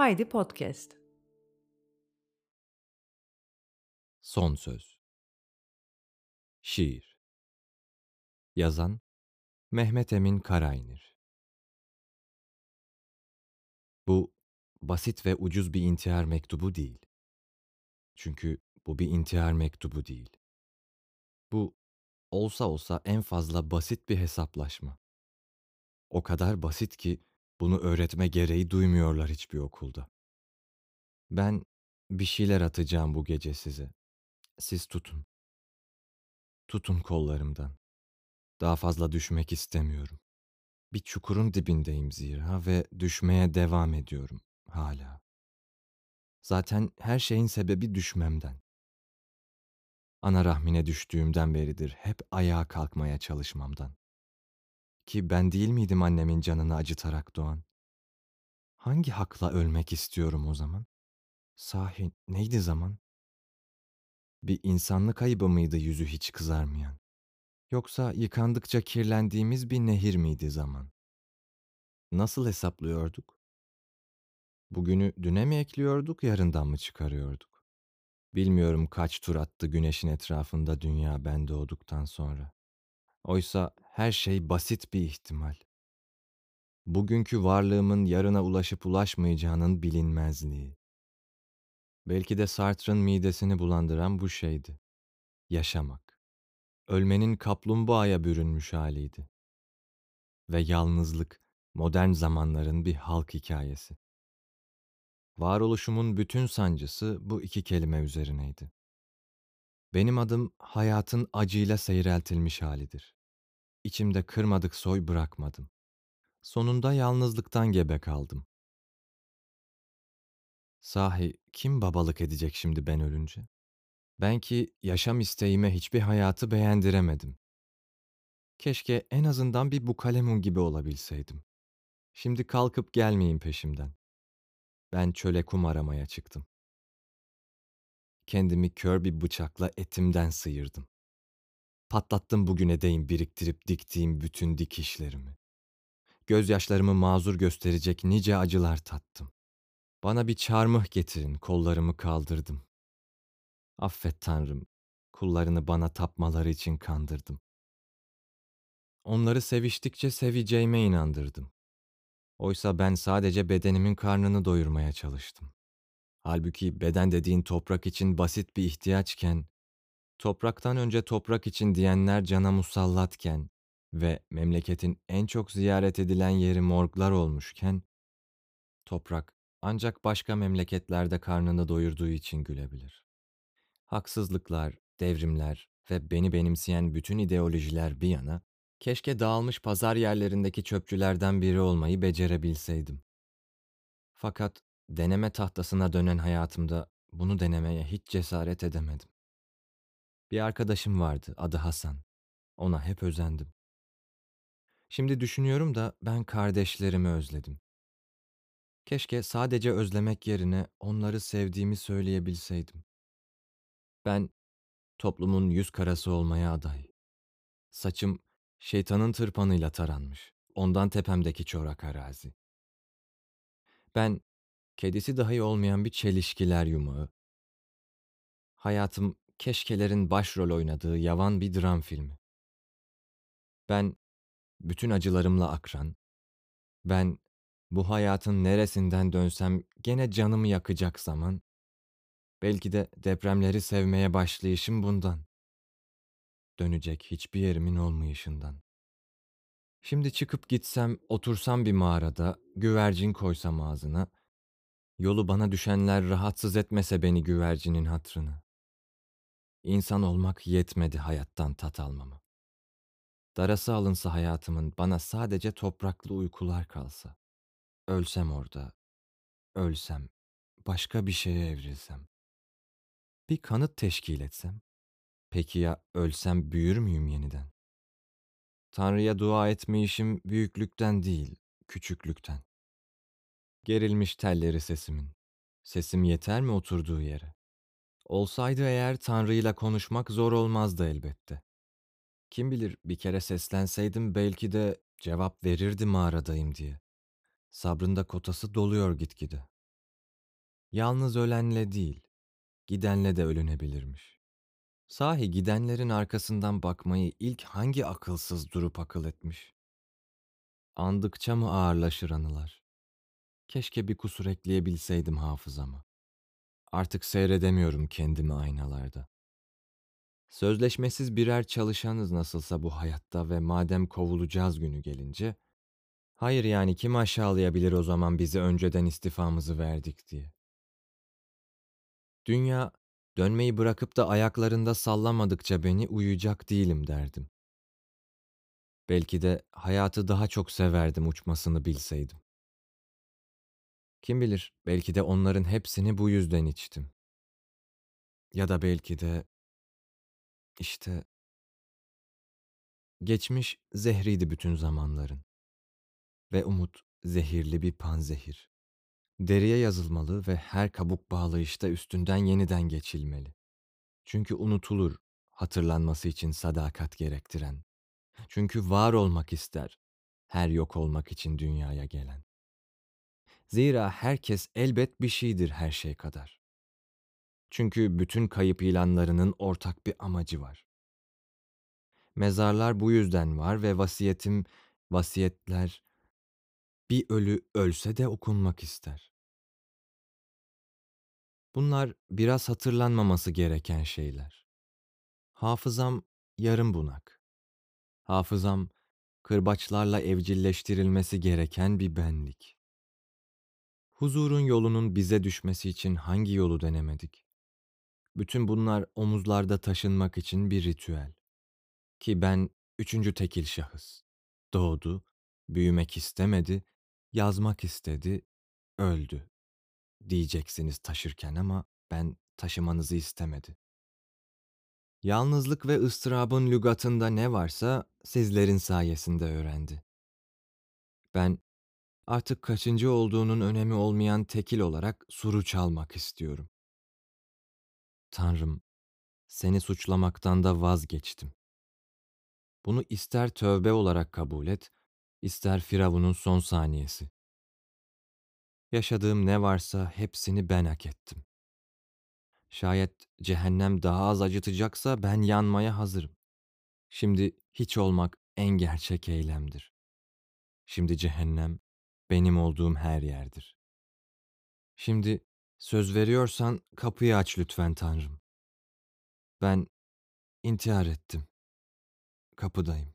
Haydi Podcast. Son söz. Şiir. Yazan Mehmet Emin Karaynır. Bu basit ve ucuz bir intihar mektubu değil. Çünkü bu bir intihar mektubu değil. Bu olsa olsa en fazla basit bir hesaplaşma. O kadar basit ki bunu öğretme gereği duymuyorlar hiçbir okulda. Ben bir şeyler atacağım bu gece size. Siz tutun. Tutun kollarımdan. Daha fazla düşmek istemiyorum. Bir çukurun dibindeyim zira ve düşmeye devam ediyorum hala. Zaten her şeyin sebebi düşmemden. Ana rahmine düştüğümden beridir hep ayağa kalkmaya çalışmamdan. Ki ben değil miydim annemin canını acıtarak doğan? Hangi hakla ölmek istiyorum o zaman? Sahi neydi zaman? Bir insanlık ayıbı mıydı yüzü hiç kızarmayan? Yoksa yıkandıkça kirlendiğimiz bir nehir miydi zaman? Nasıl hesaplıyorduk? Bugünü düne mi ekliyorduk, yarından mı çıkarıyorduk? Bilmiyorum kaç tur attı güneşin etrafında dünya ben doğduktan sonra. Oysa her şey basit bir ihtimal. Bugünkü varlığımın yarına ulaşıp ulaşmayacağının bilinmezliği. Belki de Sartre'ın midesini bulandıran bu şeydi. Yaşamak. Ölmenin kaplumbağaya bürünmüş haliydi. Ve yalnızlık, modern zamanların bir halk hikayesi. Varoluşumun bütün sancısı bu iki kelime üzerineydi. Benim adım hayatın acıyla seyreltilmiş halidir. İçimde kırmadık soy bırakmadım. Sonunda yalnızlıktan gebe kaldım. Sahi kim babalık edecek şimdi ben ölünce? Ben ki yaşam isteğime hiçbir hayatı beğendiremedim. Keşke en azından bir bukalemun gibi olabilseydim. Şimdi kalkıp gelmeyin peşimden. Ben çöle kum aramaya çıktım. Kendimi kör bir bıçakla etimden sıyırdım. Patlattım bugüne değin biriktirip diktiğim bütün dikişlerimi. Gözyaşlarımı mazur gösterecek nice acılar tattım. Bana bir çarmıh getirin, kollarımı kaldırdım. Affet Tanrım, kullarını bana tapmaları için kandırdım. Onları seviştikçe seveceğime inandırdım. Oysa ben sadece bedenimin karnını doyurmaya çalıştım. Halbuki beden dediğin toprak için basit bir ihtiyaçken, topraktan önce toprak için diyenler cana musallatken ve memleketin en çok ziyaret edilen yeri morglar olmuşken, toprak ancak başka memleketlerde karnını doyurduğu için gülebilir. Haksızlıklar, devrimler ve beni benimseyen bütün ideolojiler bir yana, keşke dağılmış pazar yerlerindeki çöpçülerden biri olmayı becerebilseydim. Fakat deneme tahtasına dönen hayatımda bunu denemeye hiç cesaret edemedim. Bir arkadaşım vardı, adı Hasan. Ona hep özendim. Şimdi düşünüyorum da ben kardeşlerimi özledim. Keşke sadece özlemek yerine onları sevdiğimi söyleyebilseydim. Ben toplumun yüz karası olmaya aday. Saçım şeytanın tırpanıyla taranmış. Ondan tepemdeki çorak arazi. Ben kedisi dahi olmayan bir çelişkiler yumağı. Hayatım keşkelerin başrol oynadığı yavan bir dram filmi. Ben bütün acılarımla akran. Ben bu hayatın neresinden dönsem gene canımı yakacak zaman. Belki de depremleri sevmeye başlayışım bundan. Dönecek hiçbir yerimin olmayışından. Şimdi çıkıp gitsem, otursam bir mağarada, güvercin koysam ağzına, yolu bana düşenler rahatsız etmese beni güvercinin hatrına. İnsan olmak yetmedi hayattan tat almama. Darası alınsa hayatımın bana sadece topraklı uykular kalsa. Ölsem orada, ölsem, başka bir şeye evrilsem. Bir kanıt teşkil etsem. Peki ya ölsem büyür müyüm yeniden? Tanrı'ya dua etmeyişim büyüklükten değil, küçüklükten. Gerilmiş telleri sesimin. Sesim yeter mi oturduğu yere? Olsaydı eğer Tanrı'yla konuşmak zor olmazdı elbette. Kim bilir bir kere seslenseydim belki de cevap verirdi mağaradayım diye. Sabrın da kotası doluyor gitgide. Yalnız ölenle değil, gidenle de ölünebilirmiş. Sahi gidenlerin arkasından bakmayı ilk hangi akılsız durup akıl etmiş? Andıkça mı ağırlaşır anılar? Keşke bir kusur ekleyebilseydim hafızama. Artık seyredemiyorum kendimi aynalarda. Sözleşmesiz birer çalışanız nasılsa bu hayatta ve madem kovulacağız günü gelince, hayır yani kim aşağılayabilir o zaman bizi önceden istifamızı verdik diye. Dünya dönmeyi bırakıp da ayaklarında sallamadıkça beni uyuyacak değilim derdim. Belki de hayatı daha çok severdim uçmasını bilseydim. Kim bilir, belki de onların hepsini bu yüzden içtim. Ya da belki de işte geçmiş zehriydi bütün zamanların ve umut zehirli bir panzehir. Deriye yazılmalı ve her kabuk bağlayışta üstünden yeniden geçilmeli. Çünkü unutulur hatırlanması için sadakat gerektiren. Çünkü var olmak ister her yok olmak için dünyaya gelen. Zira herkes elbet bir şeydir her şey kadar. Çünkü bütün kayıp ilanlarının ortak bir amacı var. Mezarlar bu yüzden var ve vasiyetler bir ölü ölse de okunmak ister. Bunlar biraz hatırlanmaması gereken şeyler. Hafızam yarım bunak. Hafızam kırbaçlarla evcilleştirilmesi gereken bir benlik. Huzurun yolunun bize düşmesi için hangi yolu denemedik? Bütün bunlar omuzlarda taşınmak için bir ritüel. Ki ben üçüncü tekil şahıs. Doğdu, büyümek istemedi, yazmak istedi, öldü diyeceksiniz taşırken ama ben taşımanızı istemedi. Yalnızlık ve ıstırabın lügatında ne varsa sizlerin sayesinde öğrendi. Ben artık kaçıncı olduğunun önemi olmayan tekil olarak suru çalmak istiyorum. Tanrım, seni suçlamaktan da vazgeçtim. Bunu ister tövbe olarak kabul et, ister Firavun'un son saniyesi. Yaşadığım ne varsa hepsini ben hak ettim. Şayet cehennem daha az acıtacaksa ben yanmaya hazırım. Şimdi hiç olmak en gerçek eylemdir. Şimdi cehennem benim olduğum her yerdir. Şimdi söz veriyorsan kapıyı aç lütfen Tanrım. Ben intihar ettim. Kapıdayım.